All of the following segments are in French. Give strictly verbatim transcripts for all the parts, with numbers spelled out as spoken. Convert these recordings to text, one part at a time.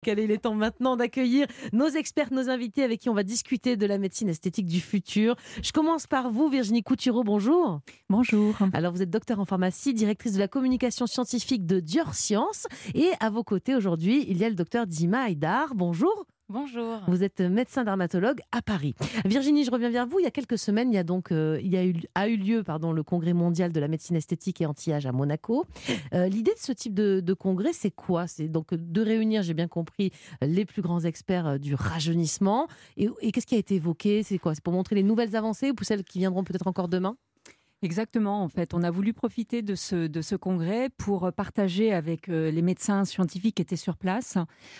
Allez, il est temps maintenant d'accueillir nos experts, nos invités avec qui on va discuter de la médecine esthétique du futur. Je commence par vous, Virginie Coutureau, bonjour. Bonjour. Alors, vous êtes docteur en pharmacie, directrice de la communication scientifique de Dior Science. Et à vos côtés, aujourd'hui, il y a le docteur Dima Haïdar. Bonjour. Bonjour. Vous êtes médecin dermatologue à Paris. Virginie, je reviens vers vous. Il y a quelques semaines, il y a donc euh, il y a eu, a eu lieu pardon, le congrès mondial de la médecine esthétique et anti-âge à Monaco. Euh, l'idée de ce type de, de congrès, c'est quoi ? C'est donc de réunir, j'ai bien compris, les plus grands experts du rajeunissement. Et, et qu'est-ce qui a été évoqué ? C'est quoi ? C'est pour montrer les nouvelles avancées ou celles qui viendront peut-être encore demain ? Exactement, en fait, on a voulu profiter de ce, de ce congrès pour partager avec euh, les médecins scientifiques qui étaient sur place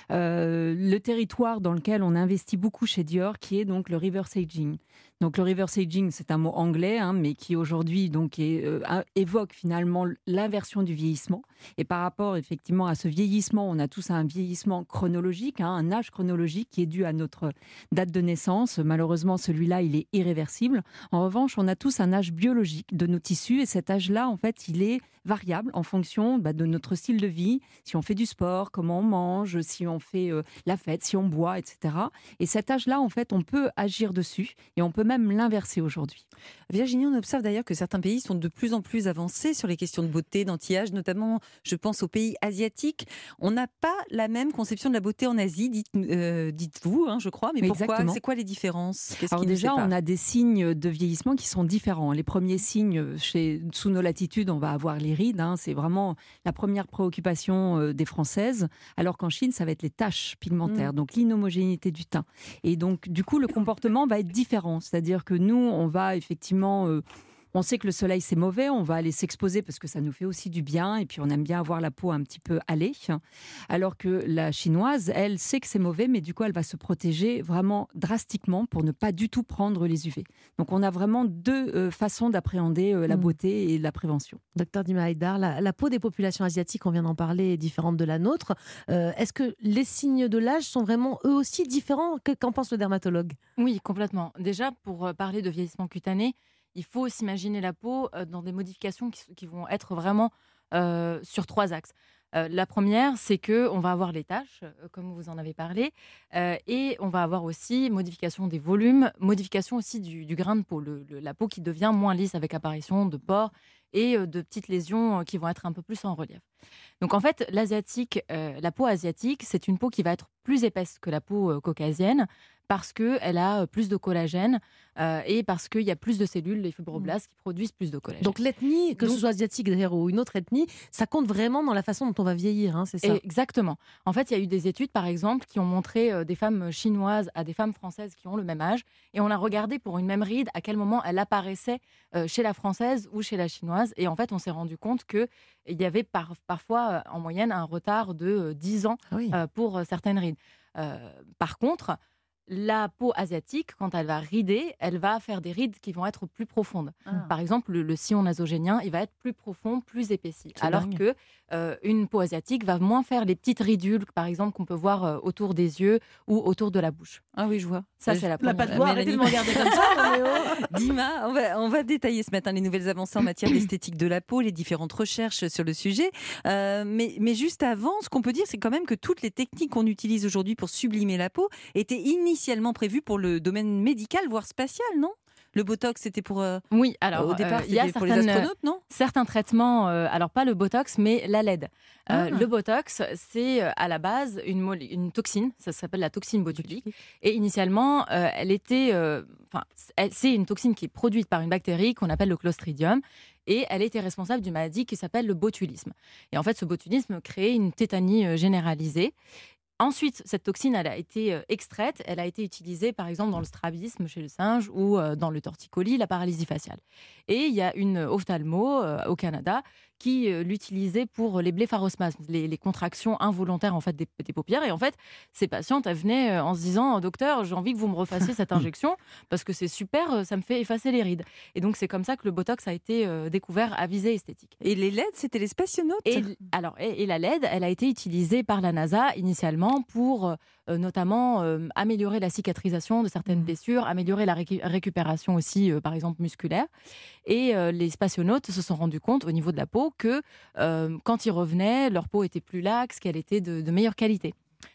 euh, le territoire dans lequel on investit beaucoup chez Dior, qui est donc le reverse aging. Donc le reverse aging, c'est un mot anglais, hein, mais qui aujourd'hui donc est, euh, évoque finalement l'inversion du vieillissement. Et par rapport effectivement à ce vieillissement, on a tous un vieillissement chronologique, hein, un âge chronologique qui est dû à notre date de naissance. Malheureusement, celui-là, il est irréversible. En revanche, on a tous un âge biologique de nos tissus, et cet âge-là, en fait, il est variable en fonction bah, de notre style de vie, si on fait du sport, comment on mange, si on fait euh, la fête, si on boit, et cetera. Et cet âge-là, en fait, on peut agir dessus et on peut même l'inverser aujourd'hui. Virginie, on observe d'ailleurs que certains pays sont de plus en plus avancés sur les questions de beauté, d'anti-âge, notamment, je pense aux pays asiatiques. On n'a pas la même conception de la beauté en Asie, dites, euh, dites-vous, hein, je crois. Mais pourquoi ? Exactement. C'est quoi les différences ? Qu'est-ce Alors qui nous déjà, sépare ? on a des signes de vieillissement qui sont différents. Les premiers signes, chez, sous nos latitudes, on va avoir les rides. Hein, c'est vraiment la première préoccupation euh, des Françaises. Alors qu'en Chine, ça va être les taches pigmentaires, mmh. donc l'inhomogénéité du teint. Et donc, du coup, le comportement va être différent. C'est-à-dire que nous, on va effectivement... Euh, On sait que le soleil, c'est mauvais, on va aller s'exposer parce que ça nous fait aussi du bien et puis on aime bien avoir la peau un petit peu hâlée. Alors que la chinoise, elle sait que c'est mauvais, mais du coup, elle va se protéger vraiment drastiquement pour ne pas du tout prendre les U V. Donc, on a vraiment deux euh, façons d'appréhender euh, la beauté et la prévention. Docteur Dima Haïdar, la, la peau des populations asiatiques, on vient d'en parler, est différente de la nôtre. Euh, est-ce que les signes de l'âge sont vraiment eux aussi différents ? Qu'en pense le dermatologue ? Oui, complètement. Déjà, pour parler de vieillissement cutané, il faut s'imaginer la peau dans des modifications qui, qui vont être vraiment euh, sur trois axes. Euh, la première, c'est qu'on va avoir les taches, euh, comme vous en avez parlé, euh, et on va avoir aussi modification des volumes, modification aussi du, du grain de peau, le, le, la peau qui devient moins lisse avec apparition de pores et euh, de petites lésions euh, qui vont être un peu plus en relief. Donc en fait, l'asiatique, euh, la peau asiatique, c'est une peau qui va être plus épaisse que la peau euh, caucasienne, parce qu'elle a plus de collagène euh, et parce qu'il y a plus de cellules, les fibroblastes, qui produisent plus de collagène. Donc l'ethnie, que Donc, ce soit asiatique d'ailleurs ou une autre ethnie, ça compte vraiment dans la façon dont on va vieillir, hein, c'est ça ? Exactement. En fait, il y a eu des études, par exemple, qui ont montré euh, des femmes chinoises à des femmes françaises qui ont le même âge, et on a regardé pour une même ride à quel moment elle apparaissait euh, chez la française ou chez la chinoise, et en fait, on s'est rendu compte qu'il y avait par, parfois, euh, en moyenne, un retard de euh, dix ans oui. euh, pour euh, certaines rides. Euh, par contre, la peau asiatique, quand elle va rider, elle va faire des rides qui vont être plus profondes. Ah. Par exemple, le, le sillon nasogénien, il va être plus profond, plus épaissi. C'est alors dingue. que euh, une peau asiatique va moins faire les petites ridules, par exemple, qu'on peut voir euh, autour des yeux ou autour de la bouche. Ah oui, je vois. Ça, c'est la première. La patte d'oie, arrêtez de me regarder comme ça. Dima, on va, on va détailler ce matin les nouvelles avancées en matière d'esthétique de la peau, les différentes recherches sur le sujet. Euh, mais, mais juste avant, ce qu'on peut dire, c'est quand même que toutes les techniques qu'on utilise aujourd'hui pour sublimer la peau étaient initialement prévues pour le domaine médical, voire spatial, non ? Le Botox, c'était pour... Euh, oui, alors, au départ, euh, il y a pour les astronautes, non ? Certains traitements, euh, alors pas le Botox, mais la L E D. Ah. Euh, le Botox, c'est à la base une, mo- une toxine, ça s'appelle la toxine botulique. Et initialement, euh, elle était... Enfin, euh, c'est une toxine qui est produite par une bactérie qu'on appelle le Clostridium. Et elle était responsable d'une maladie qui s'appelle le botulisme. Et en fait, ce botulisme crée une tétanie généralisée. Ensuite, cette toxine, elle a été euh, extraite, elle a été utilisée par exemple dans le strabisme chez le singe ou euh, dans le torticolis, la paralysie faciale. Et il y a une ophtalmo euh, au Canada qui euh, l'utilisait pour les blépharospasmes, les, les contractions involontaires en fait des, des paupières. Et en fait, ces patientes, elles venaient euh, en se disant « Docteur, j'ai envie que vous me refassiez cette injection parce que c'est super, ça me fait effacer les rides. » Et donc, c'est comme ça que le Botox a été euh, découvert à visée esthétique. Et les L E D, c'était les spationautes. Et, alors, et, et la L E D, elle a été utilisée par la NASA initialement pour euh, notamment euh, améliorer la cicatrisation de certaines blessures, améliorer la récu- récupération aussi, euh, par exemple, musculaire. Et euh, les spationautes se sont rendus compte au niveau de la peau que euh, quand ils revenaient, leur peau était plus laxe, qu'elle était de, de meilleure qualité.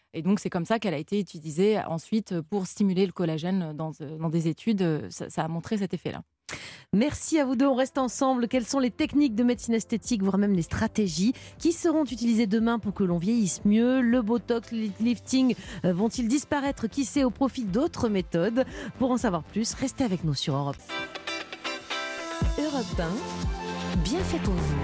Et donc, c'est comme ça qu'elle a été utilisée ensuite pour stimuler le collagène dans, dans des études. Ça, ça a montré cet effet-là. Merci à vous deux, on reste ensemble. Quelles sont les techniques de médecine esthétique, voire même les stratégies qui seront utilisées demain pour que l'on vieillisse mieux? Le botox, le lifting vont-ils disparaître, qui sait, au profit d'autres méthodes? Pour en savoir plus, restez avec nous sur Europe. Europe un, bien fait pour vous.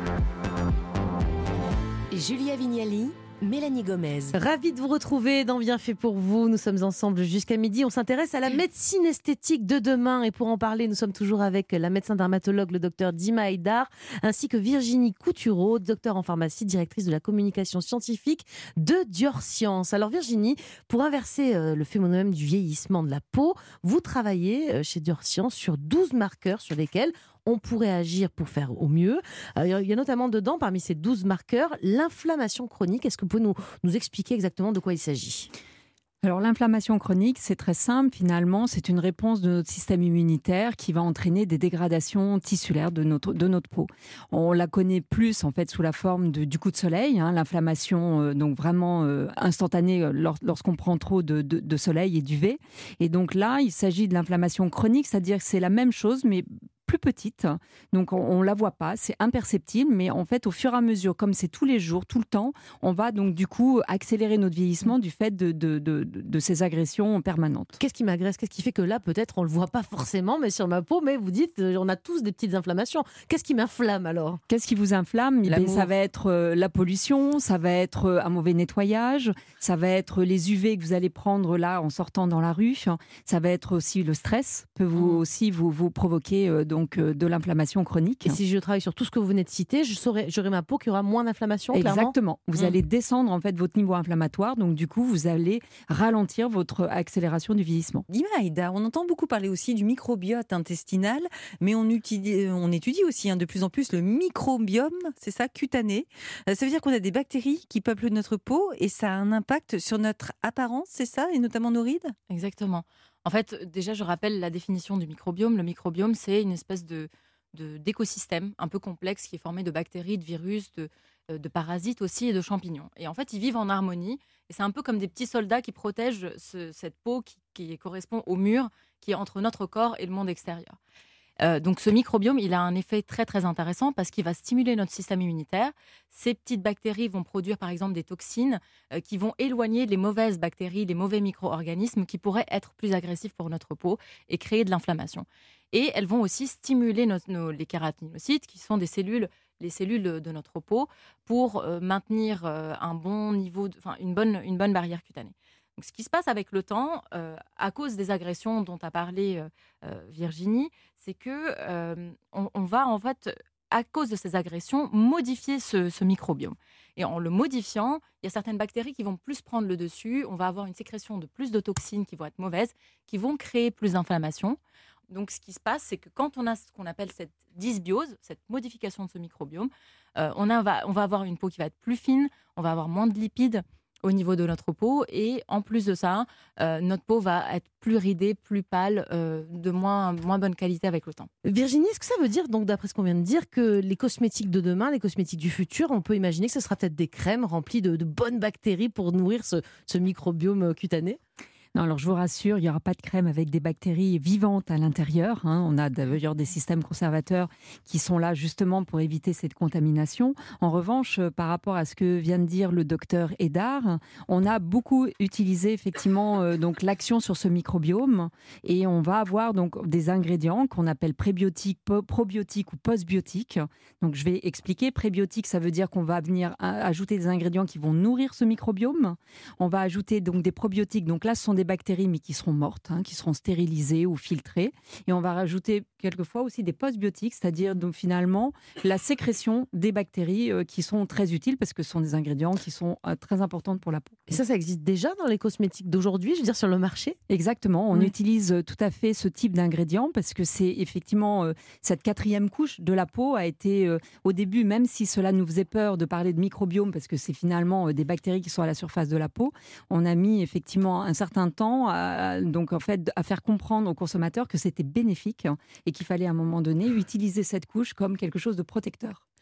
Julia Vignali, Mélanie Gomez. Ravie de vous retrouver dans Bien fait pour vous. Nous sommes ensemble jusqu'à midi. On s'intéresse à la médecine esthétique de demain. Et pour en parler, nous sommes toujours avec la médecin dermatologue, le docteur Dima Haïdar, ainsi que Virginie Coutureau, docteur en pharmacie, directrice de la communication scientifique de Dior Science. Alors Virginie, pour inverser le phénomène du vieillissement de la peau, vous travaillez chez Dior Science sur douze marqueurs sur lesquels on pourrait agir pour faire au mieux. Euh, il y a notamment dedans, parmi ces douze marqueurs, l'inflammation chronique. Est-ce que vous pouvez nous, nous expliquer exactement de quoi il s'agit ? Alors l'inflammation chronique, c'est très simple finalement, c'est une réponse de notre système immunitaire qui va entraîner des dégradations tissulaires de notre, de notre peau. On la connaît plus en fait sous la forme de, du coup de soleil, hein, l'inflammation euh, donc vraiment euh, instantanée euh, lors, lorsqu'on prend trop de, de, de soleil et d'U V. Et donc là, il s'agit de l'inflammation chronique, c'est-à-dire que c'est la même chose mais plus petite, donc on ne la voit pas, c'est imperceptible, mais en fait au fur et à mesure, comme c'est tous les jours, tout le temps, on va donc du coup accélérer notre vieillissement du fait de, de, de, de ces agressions permanentes. Qu'est-ce qui m'agresse ? Qu'est-ce qui fait que là peut-être on ne le voit pas forcément, mais sur ma peau, mais vous dites on a tous des petites inflammations. Qu'est-ce qui m'inflamme alors ? Qu'est-ce qui vous inflamme ? Eh bien, ça va être euh, la pollution, ça va être euh, un mauvais nettoyage, ça va être les U V que vous allez prendre là en sortant dans la rue, ça va être aussi le stress, peut vous mmh. aussi vous, vous provoquer euh, donc Donc, de l'inflammation chronique. Et si je travaille sur tout ce que vous venez de citer, je saurai, j'aurai ma peau qui aura moins d'inflammation, clairement. Exactement. Vous mmh. allez descendre en fait votre niveau inflammatoire, donc du coup vous allez ralentir votre accélération du vieillissement. Dima Haïdar, on entend beaucoup parler aussi du microbiote intestinal, mais on, étudie, on étudie aussi hein, de plus en plus le microbiome, c'est ça, cutané. Ça veut dire qu'on a des bactéries qui peuplent notre peau et ça a un impact sur notre apparence, c'est ça, et notamment nos rides ? Exactement. En fait, déjà, je rappelle la définition du microbiome. Le microbiome, c'est une espèce de, de, d'écosystème un peu complexe qui est formé de bactéries, de virus, de, de parasites aussi et de champignons. Et en fait, ils vivent en harmonie. Et c'est un peu comme des petits soldats qui protègent ce, cette peau qui, qui correspond au mur qui est entre notre corps et le monde extérieur. Euh, donc ce microbiome, il a un effet très très intéressant parce qu'il va stimuler notre système immunitaire. Ces petites bactéries vont produire par exemple des toxines euh, qui vont éloigner les mauvaises bactéries, les mauvais micro-organismes qui pourraient être plus agressifs pour notre peau et créer de l'inflammation. Et elles vont aussi stimuler nos, nos, les kératinocytes qui sont des cellules, les cellules de notre peau pour euh, maintenir euh, un bon niveau, enfin une bonne, une bonne barrière cutanée. Donc, ce qui se passe avec le temps, euh, à cause des agressions dont a parlé euh, euh, Virginie, c'est que euh, on, on va en fait, à cause de ces agressions, modifier ce, ce microbiome. Et en le modifiant, il y a certaines bactéries qui vont plus prendre le dessus. On va avoir une sécrétion de plus de toxines qui vont être mauvaises, qui vont créer plus d'inflammation. Donc, ce qui se passe, c'est que quand on a ce qu'on appelle cette dysbiose, cette modification de ce microbiome, euh, on, a, va, on va avoir une peau qui va être plus fine, on va avoir moins de lipides au niveau de notre peau et en plus de ça, euh, notre peau va être plus ridée, plus pâle, euh, de moins, moins bonne qualité avec le temps. Virginie, est-ce que ça veut dire, donc d'après ce qu'on vient de dire, que les cosmétiques de demain, les cosmétiques du futur, on peut imaginer que ce sera peut-être des crèmes remplies de, de bonnes bactéries pour nourrir ce, ce microbiome cutané ? Non, alors je vous rassure, il n'y aura pas de crème avec des bactéries vivantes à l'intérieur. Hein. On a d'ailleurs des systèmes conservateurs qui sont là justement pour éviter cette contamination. En revanche, par rapport à ce que vient de dire le docteur Haïdar, on a beaucoup utilisé effectivement euh, donc l'action sur ce microbiome et on va avoir donc des ingrédients qu'on appelle prébiotiques, probiotiques ou postbiotiques. Donc je vais expliquer. Prébiotiques, ça veut dire qu'on va venir ajouter des ingrédients qui vont nourrir ce microbiome. On va ajouter donc des probiotiques. Donc là, ce sont des bactéries mais qui seront mortes, hein, qui seront stérilisées ou filtrées. Et on va rajouter quelquefois aussi des postbiotiques, c'est-à-dire donc finalement la sécrétion des bactéries euh, qui sont très utiles parce que ce sont des ingrédients qui sont euh, très importants pour la peau. Et ça, ça existe déjà dans les cosmétiques d'aujourd'hui, je veux dire sur le marché ? Exactement, on mmh. utilise tout à fait ce type d'ingrédients parce que c'est effectivement euh, cette quatrième couche de la peau a été euh, au début, même si cela nous faisait peur de parler de microbiome parce que c'est finalement euh, des bactéries qui sont à la surface de la peau, on a mis effectivement un certain temps à, donc en fait, à faire comprendre aux consommateurs que c'était bénéfique et qu'il fallait à un moment donné utiliser cette couche comme quelque chose de protecteur.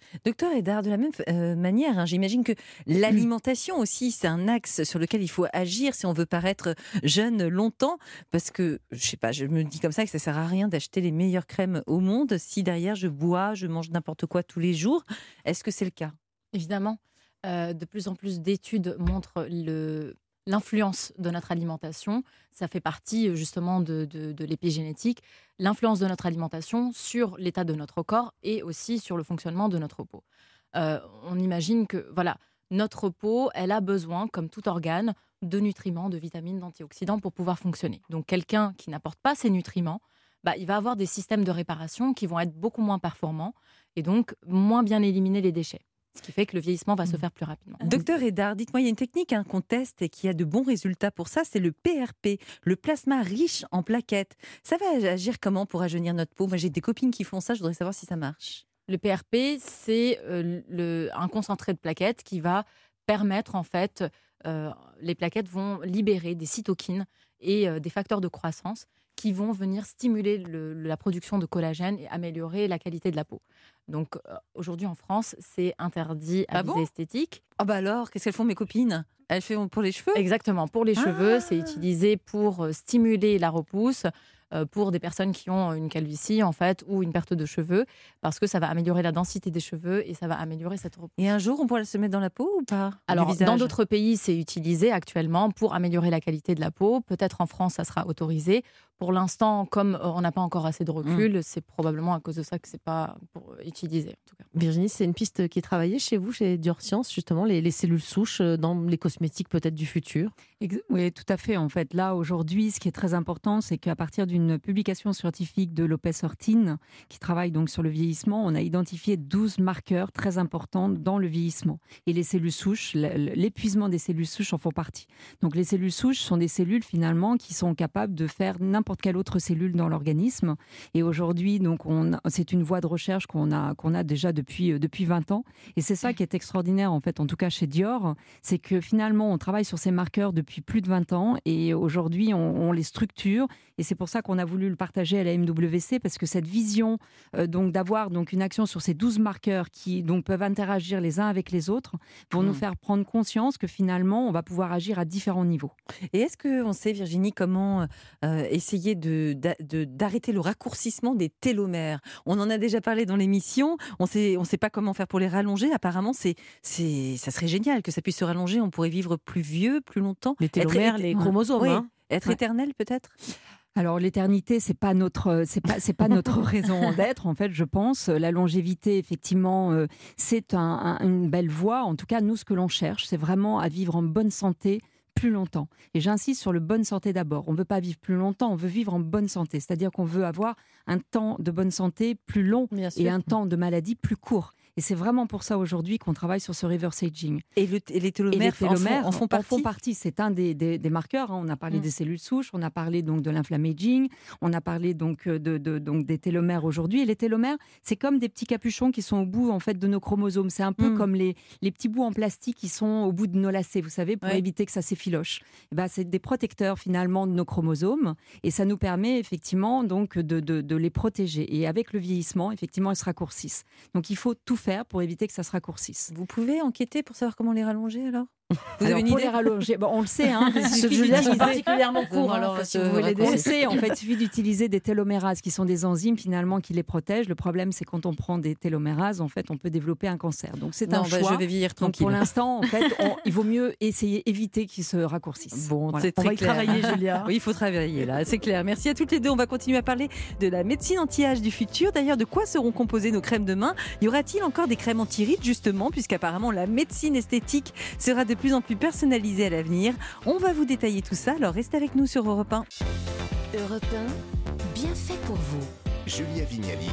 Docteur Hédard, de la même euh, manière, hein, j'imagine que l'alimentation aussi, c'est un axe sur lequel il faut agir si on veut paraître jeune longtemps. Parce que, je sais pas, je me dis comme ça que ça sert à rien d'acheter les meilleures crèmes au monde si derrière je bois, je mange n'importe quoi tous les jours. Est-ce que c'est le cas ? Évidemment, euh, de plus en plus d'études montrent le, l'influence de notre alimentation. Ça fait partie justement de, de, de l'épigénétique. L'influence de notre alimentation sur l'état de notre corps et aussi sur le fonctionnement de notre peau. Euh, on imagine que voilà, notre peau, elle a besoin, comme tout organe, de nutriments, de vitamines, d'antioxydants pour pouvoir fonctionner. Donc quelqu'un qui n'apporte pas ces nutriments, bah, il va avoir des systèmes de réparation qui vont être beaucoup moins performants et donc moins bien éliminer les déchets. Ce qui fait que le vieillissement va se faire plus rapidement. Docteur Hédard, dites-moi, il y a une technique hein, qu'on teste et qui a de bons résultats pour ça, c'est le P R P, le plasma riche en plaquettes. Ça va agir comment pour rajeunir notre peau ? Moi, j'ai des copines qui font ça, je voudrais savoir si ça marche. Le P R P, c'est euh, le, un concentré de plaquettes qui va permettre, en fait, euh, les plaquettes vont libérer des cytokines et euh, des facteurs de croissance qui vont venir stimuler le, la production de collagène et améliorer la qualité de la peau. Donc euh, aujourd'hui en France, c'est interdit à Ah visée bon esthétique. Ah bah alors, qu'est-ce qu'elles font mes copines ? Elles font pour les cheveux ? Exactement, pour les cheveux, Ah. c'est utilisé pour euh, stimuler la repousse, euh, pour des personnes qui ont une calvitie en fait ou une perte de cheveux, parce que ça va améliorer la densité des cheveux et ça va améliorer cette repousse. Et un jour, on pourra se mettre dans la peau ou pas ? Alors, Du visage. dans d'autres pays, c'est utilisé actuellement pour améliorer la qualité de la peau. Peut-être en France, ça sera autorisé. Pour l'instant, comme on n'a pas encore assez de recul, mmh. c'est probablement à cause de ça que c'est pas pour utiliser. En tout cas. Virginie, c'est une piste qui est travaillée chez vous, chez Dior Science, justement, les, les cellules souches dans les cosmétiques peut-être du futur. Oui, tout à fait. En fait, là, aujourd'hui, ce qui est très important, c'est qu'à partir d'une publication scientifique de Lopez-Hortin, qui travaille donc sur le vieillissement, on a identifié douze marqueurs très importants dans le vieillissement. Et les cellules souches, l'épuisement des cellules souches en font partie. Donc, les cellules souches sont des cellules, finalement, qui sont capables de faire n'importe quelle autre cellule dans l'organisme. Et aujourd'hui, donc, on, c'est une voie de recherche qu'on a, qu'on a déjà depuis, depuis vingt ans. Et c'est ça qui est extraordinaire, en fait, en tout cas chez Dior, c'est que finalement, on travaille sur ces marqueurs depuis depuis plus de vingt ans et aujourd'hui on, on les structure et c'est pour ça qu'on a voulu le partager à la M W C parce que cette vision euh, donc d'avoir donc une action sur ces douze marqueurs qui donc peuvent interagir les uns avec les autres vont mmh. nous faire prendre conscience que finalement on va pouvoir agir à différents niveaux. Et est-ce qu'on sait, Virginie, comment euh, essayer de, de, d'arrêter le raccourcissement des télomères ? On en a déjà parlé dans l'émission, on sait, on sait pas comment faire pour les rallonger. Apparemment, c'est, c'est, ça serait génial que ça puisse se rallonger, on pourrait vivre plus vieux, plus longtemps. Les télomères, être, les chromosomes. Oui, hein. Être ouais. éternel peut-être ? Alors l'éternité, c'est pas notre, c'est pas, c'est pas notre raison d'être en fait. Je pense la longévité, effectivement, euh, c'est un, un, une belle voie. En tout cas, nous, ce que l'on cherche, c'est vraiment à vivre en bonne santé plus longtemps. Et j'insiste sur le bonne santé d'abord. On ne veut pas vivre plus longtemps, on veut vivre en bonne santé. C'est-à-dire qu'on veut avoir un temps de bonne santé plus long et un temps de maladie plus court. Et c'est vraiment pour ça aujourd'hui qu'on travaille sur ce reverse aging. Et, le, et les télomères, et les télomères en, font, en, font partie. en font partie. C'est un des, des, des marqueurs. Hein. On a parlé mmh. des cellules souches, on a parlé donc de l'inflammaging, on a parlé donc, de, de, donc des télomères aujourd'hui. Et les télomères, c'est comme des petits capuchons qui sont au bout en fait, de nos chromosomes. C'est un peu mmh. comme les, les petits bouts en plastique qui sont au bout de nos lacets, vous savez, pour ouais. éviter que ça s'effiloche. Et ben, c'est des protecteurs finalement de nos chromosomes et ça nous permet effectivement donc, de, de, de les protéger. Et avec le vieillissement, effectivement, elles se raccourcissent. Donc il faut tout faire pour éviter que ça se raccourcisse. Vous pouvez enquêter pour savoir comment les rallonger alors ? Vous alors, avez une pour idée ? les rallonger, bon, on le sait, hein, celui-là c'est particulièrement court. Alors, si vous voulez on le sait, en fait, il suffit d'utiliser des télomérases qui sont des enzymes finalement qui les protègent. Le problème, c'est quand on prend des télomérases, en fait, on peut développer un cancer. Donc c'est non, un bah, choix. Je vais vieillir tranquille. Donc, pour l'instant, en fait, on, il vaut mieux essayer, éviter qu'ils se raccourcissent. Bon, voilà. c'est très on va clair. y travailler, Julia. Oui, il faut travailler là, c'est clair. Merci à toutes les deux. On va continuer à parler de la médecine anti-âge du futur. D'ailleurs, de quoi seront composées nos crèmes demain ? Y aura-t-il encore des crèmes anti-rides justement, puisqu'apparemment la médecine esthétique sera de plus en plus personnalisée à l'avenir. On va vous détailler tout ça, alors restez avec nous sur Europe un. Europe un, bien fait pour vous. Julia Vignali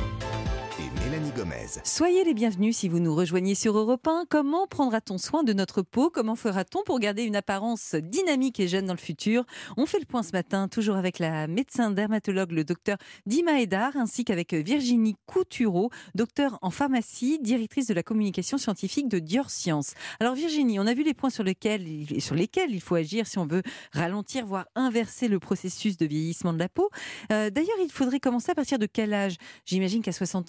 et Mélanie Gomez. Soyez les bienvenus si vous nous rejoignez sur Europe un. Comment prendra-t-on soin de notre peau ? Comment fera-t-on pour garder une apparence dynamique et jeune dans le futur ? On fait le point ce matin, toujours avec la médecin dermatologue, le docteur Dima Hédard, ainsi qu'avec Virginie Coutureau, docteur en pharmacie, directrice de la communication scientifique de Dior Science. Alors Virginie, on a vu les points sur lesquels, sur lesquels il faut agir si on veut ralentir, voire inverser le processus de vieillissement de la peau. Euh, d'ailleurs, il faudrait commencer à partir de quel âge ? J'imagine qu'à soixante ans, c'est peut-être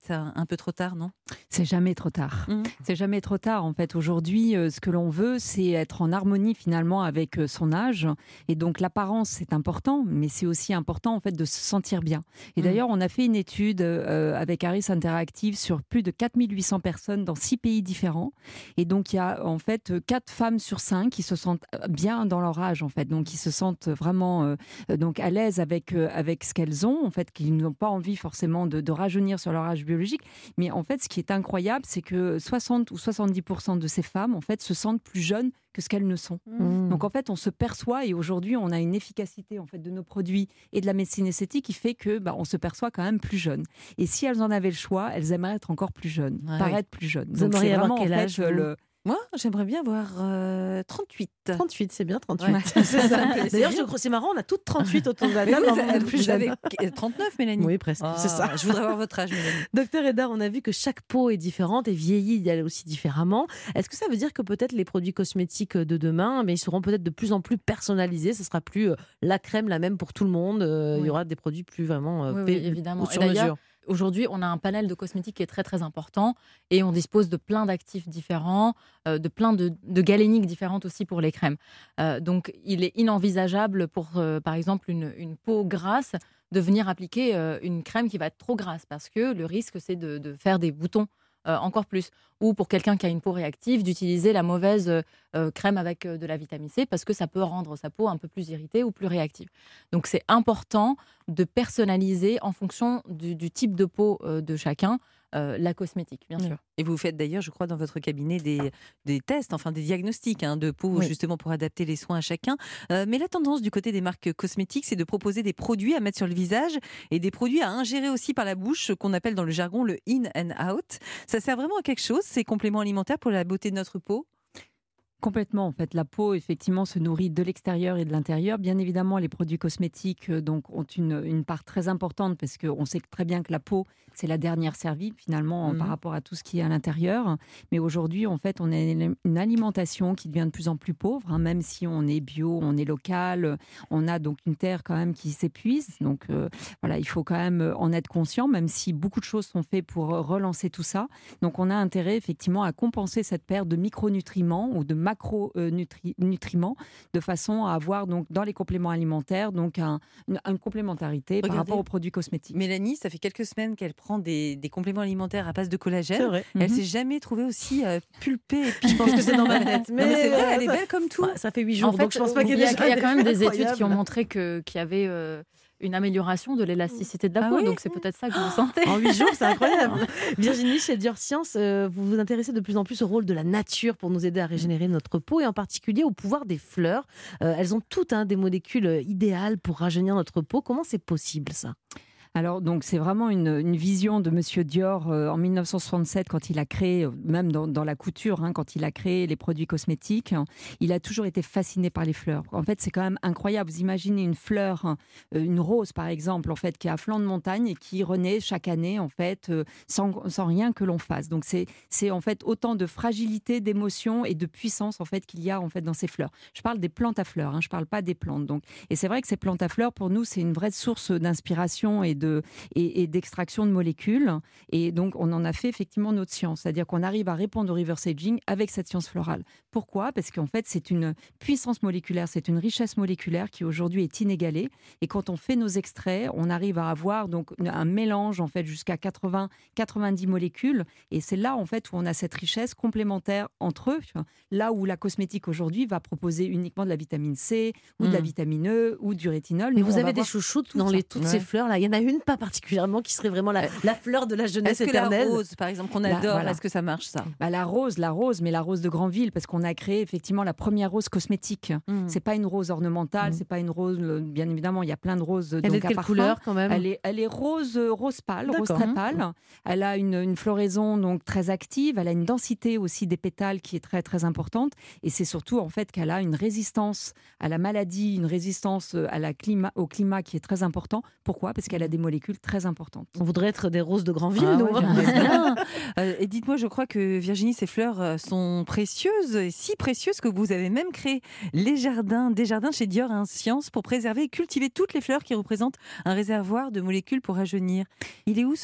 peut-être un, un peu trop tard, non ? C'est jamais trop tard. Mmh. C'est jamais trop tard. En fait, aujourd'hui, euh, ce que l'on veut, c'est être en harmonie finalement avec euh, son âge. Et donc, l'apparence, c'est important, mais c'est aussi important en fait de se sentir bien. Et Mmh. d'ailleurs, on a fait une étude euh, avec Harris Interactive sur plus de quatre mille huit cents personnes dans six pays différents. Et donc, il y a en fait quatre femmes sur cinq qui se sentent bien dans leur âge, en fait. Donc, qui se sentent vraiment euh, donc à l'aise avec euh, avec ce qu'elles ont, en fait, qui n'ont pas envie forcément de, de rajeunir sur leur âge biologique. Mais en fait, ce qui est incroyable, c'est que soixante ou soixante-dix pour cent de ces femmes, en fait, se sentent plus jeunes que ce qu'elles ne sont. Mmh. Donc en fait, on se perçoit et aujourd'hui, on a une efficacité en fait de nos produits et de la médecine esthétique qui fait que bah, on se perçoit quand même plus jeune. Et si elles en avaient le choix, elles aimeraient être encore plus jeunes, Ouais, paraître plus jeunes. Vous Donc aimeriez c'est avoir vraiment quel en fait âge, vous le Moi, j'aimerais bien avoir euh, trente-huit. trente-huit, c'est bien, trente-huit. Ouais. C'est ça. C'est D'ailleurs, bien. je crois- c'est marrant, on a toutes trente-huit autour de la Mais table. vous, on est vous plus avez jeune. trente-neuf, Mélanie. Oui, presque, Ah, c'est ça. Je voudrais avoir votre âge, Mélanie. Docteur Edard, on a vu que chaque peau est différente et vieillit elle aussi différemment. Est-ce que ça veut dire que peut-être les produits cosmétiques de demain, mais ils seront peut-être de plus en plus personnalisés. Ce sera plus euh, la crème la même pour tout le monde. Euh, Il y Oui. aura des produits plus vraiment euh, Oui, oui, faits évidemment. sur Et d'ailleurs, mesure. Aujourd'hui, on a un panel de cosmétiques qui est très très important et on dispose de plein d'actifs différents, euh, de plein de, de galéniques différentes aussi pour les crèmes. Euh, donc, il est inenvisageable pour, euh, par exemple, une, une peau grasse de venir appliquer euh, une crème qui va être trop grasse parce que le risque, c'est de, de faire des boutons euh, encore plus. Ou pour quelqu'un qui a une peau réactive, d'utiliser la mauvaise euh, crème avec euh, de la vitamine C parce que ça peut rendre sa peau un peu plus irritée ou plus réactive. Donc, c'est important de personnaliser en fonction du, du type de peau euh, de chacun euh, la cosmétique, bien sûr. Et vous faites d'ailleurs, je crois, dans votre cabinet des, des tests, enfin des diagnostics hein, de peau, Oui. justement pour adapter les soins à chacun. Euh, mais la tendance du côté des marques cosmétiques, c'est de proposer des produits à mettre sur le visage et des produits à ingérer aussi par la bouche, ce qu'on appelle dans le jargon le in and out. Ça sert vraiment à quelque chose, ces compléments alimentaires pour la beauté de notre peau ? Complètement, en fait. La peau, effectivement, se nourrit de l'extérieur et de l'intérieur. Bien évidemment, les produits cosmétiques euh, donc, ont une, une part très importante parce qu'on sait très bien que la peau, c'est la dernière servie, finalement, Mhm. par rapport à tout ce qui est à l'intérieur. Mais aujourd'hui, en fait, on a une, une alimentation qui devient de plus en plus pauvre, hein, même si on est bio, on est local. On a donc une terre quand même qui s'épuise. Donc, euh, voilà, il faut quand même en être conscient, même si beaucoup de choses sont faites pour relancer tout ça. Donc, on a intérêt, effectivement, à compenser cette perte de micronutriments ou de macronutriments de façon à avoir donc dans les compléments alimentaires donc un, une, une complémentarité par Regardez. rapport aux produits cosmétiques. Mélanie, ça fait quelques semaines qu'elle prend des, des compléments alimentaires à base de collagène. C'est vrai. Elle Mhm. s'est jamais trouvée aussi euh, pulpée. Je pense que c'est dans ma tête. Mais, mais c'est vrai, elle est ça- belle comme tout. Bah, ça fait huit jours, En fait, donc je pense pas qu'il y il y ait a, déjà il y a quand même des études incroyables. qui ont montré que, qu'il y avait euh, une amélioration de l'élasticité de la Ah peau, oui donc c'est peut-être ça que vous sentez. En huit jours, c'est incroyable. Virginie, chez Dior Science, euh, vous vous intéressez de plus en plus au rôle de la nature pour nous aider à régénérer notre peau et en particulier au pouvoir des fleurs. Euh, elles ont toutes hein, des molécules euh, idéales pour rajeunir notre peau. Comment c'est possible ça ? Alors, donc, c'est vraiment une, une vision de Monsieur Dior euh, en mille neuf cent soixante-sept, quand il a créé, euh, même dans, dans la couture, hein, quand il a créé les produits cosmétiques, hein, il a toujours été fasciné par les fleurs. En fait, c'est quand même incroyable. Vous imaginez une fleur, hein, euh, une rose par exemple, en fait, qui est à flanc de montagne et qui renaît chaque année, en fait, euh, sans, sans rien que l'on fasse. Donc, c'est, c'est en fait autant de fragilité, d'émotion et de puissance en fait qu'il y a en fait dans ces fleurs. Je parle des plantes à fleurs, hein, je parle pas des plantes. Donc, et c'est vrai que ces plantes à fleurs, pour nous, c'est une vraie source d'inspiration et de De, et, et d'extraction de molécules. Et donc, on en a fait effectivement notre science. C'est-à-dire qu'on arrive à répondre au reverse aging avec cette science florale. Pourquoi ? Parce qu'en fait, c'est une puissance moléculaire, c'est une richesse moléculaire qui aujourd'hui est inégalée. Et quand on fait nos extraits, on arrive à avoir donc un mélange en fait jusqu'à quatre-vingts à quatre-vingt-dix molécules. Et c'est là en fait où on a cette richesse complémentaire entre eux. Là où la cosmétique aujourd'hui va proposer uniquement de la vitamine C ou de la Mm. vitamine E ou du rétinol. Mais Nous, vous on avez va des voir chouchoutes tout dans ça. les, toutes ces Ouais. fleurs là. Il y en a une pas particulièrement qui serait vraiment la, la fleur de la jeunesse Est-ce que la éternelle. rose, par exemple, qu'on La- adore, voilà. est-ce que ça marche ça ? Bah, la rose, la rose, mais la rose de Granville, parce qu'on a créé effectivement la première rose cosmétique. Mm. C'est pas une rose ornementale, Mm. c'est pas une rose. euh, Bien évidemment, il y a plein de roses. Elle donc est de à quelle parfum. couleur quand même ? Elle est, elle est rose, euh, rose pâle, rose D'accord. très pâle. Elle a une, une floraison donc très active. Elle a une densité aussi des pétales qui est très très importante. Et c'est surtout en fait qu'elle a une résistance à la maladie, une résistance euh, à la climat, au climat qui est très important. Pourquoi ? Parce qu'elle a des molécules très importantes. On voudrait être des roses de Granville, Ah nous. ouais, hein. j'aimerais bien. Euh, et dites-moi, je crois que Virginie, ces fleurs euh, sont précieuses, et si précieuses que vous avez même créé les jardins, des jardins chez Dior hein, Science pour préserver et cultiver toutes les fleurs qui représentent un réservoir de molécules pour rajeunir. Il est où ce jardin ?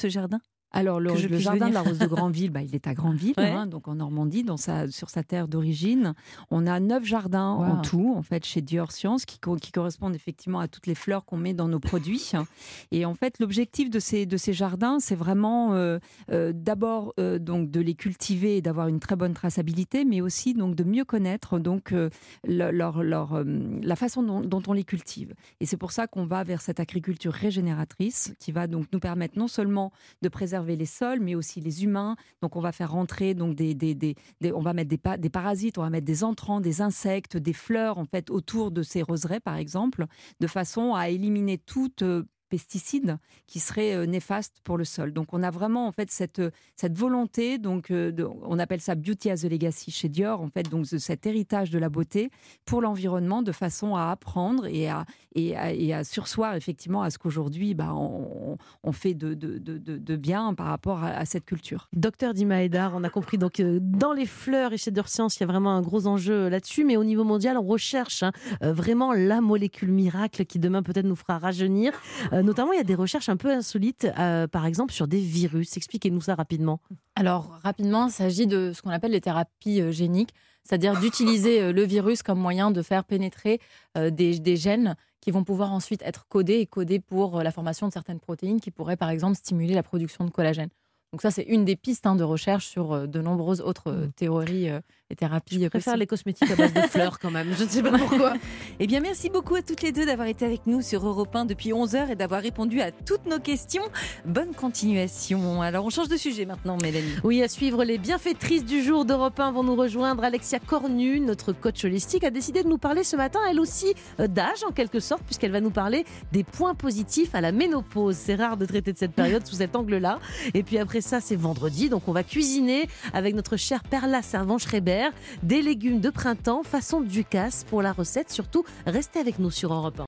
Alors, le, que je le puisse jardin venir. de la Rose de Granville, bah, il est à Granville, Ouais. hein, donc en Normandie, dans sa, sur sa terre d'origine. On a neuf jardins Wow. en tout, en fait, chez Dior Science, qui, co- qui correspondent effectivement à toutes les fleurs qu'on met dans nos produits. Et en fait, l'objectif de ces, de ces jardins, c'est vraiment euh, euh, d'abord euh, donc de les cultiver et d'avoir une très bonne traçabilité, mais aussi donc de mieux connaître donc euh, le- leur, leur, euh, la façon dont, dont on les cultive. Et c'est pour ça qu'on va vers cette agriculture régénératrice, qui va donc nous permettre non seulement de préserver les sols, mais aussi les humains. Donc, on va faire rentrer donc des, des, des, des- on va mettre des, pa- des parasites, on va mettre des entrants, des insectes, des fleurs en fait autour de ces roseraies, par exemple, de façon à éliminer toute euh, pesticides qui seraient euh, néfastes pour le sol. Donc, on a vraiment en fait cette cette volonté. Donc, euh, de- on appelle ça beauty as a legacy chez Dior. En fait, donc de cet héritage de la beauté pour l'environnement, de façon à apprendre et à et à, et à sursoir effectivement à ce qu'aujourd'hui, bah, on, on fait de, de, de, de- de bien par rapport à, à cette culture. Docteur Dima Haidar, on a compris donc euh, dans les fleurs et chez Dior Science, il y a vraiment un gros enjeu là-dessus, mais au niveau mondial, on recherche hein, euh, vraiment la molécule miracle qui demain peut-être nous fera rajeunir. Euh, notamment, il y a des recherches un peu insolites, euh, par exemple sur des virus. Expliquez-nous ça rapidement. Alors, rapidement, il s'agit de ce qu'on appelle les thérapies euh, géniques, c'est-à-dire d'utiliser euh, le virus comme moyen de faire pénétrer euh, des, des gènes qui vont pouvoir ensuite être codés et codés pour euh, la formation de certaines protéines qui pourraient, par exemple, stimuler la production de collagène. Donc ça, c'est une des pistes hein, de recherche sur euh, de nombreuses autres euh, théories euh, et thérapies. Je préfère possibles. les cosmétiques à base de fleurs quand même. Je ne sais pas pourquoi. Eh bien, merci beaucoup à toutes les deux d'avoir été avec nous sur Europe un depuis onze heures et d'avoir répondu à toutes nos questions. Bonne continuation. Alors, on change de sujet maintenant, Mélanie. Oui, à suivre, les bienfaitrices du jour d'Europe un vont nous rejoindre. Alexia Cornu, notre coach holistique, a décidé de nous parler ce matin, elle aussi, euh, d'âge en quelque sorte, puisqu'elle va nous parler des points positifs à la ménopause. C'est rare de traiter de cette période sous cet angle-là. Et puis après ça, c'est vendredi, donc on va cuisiner avec notre chère Perla Servan-Schreiber des légumes de printemps façon Ducasse pour la recette. Surtout, restez avec nous sur Europe un.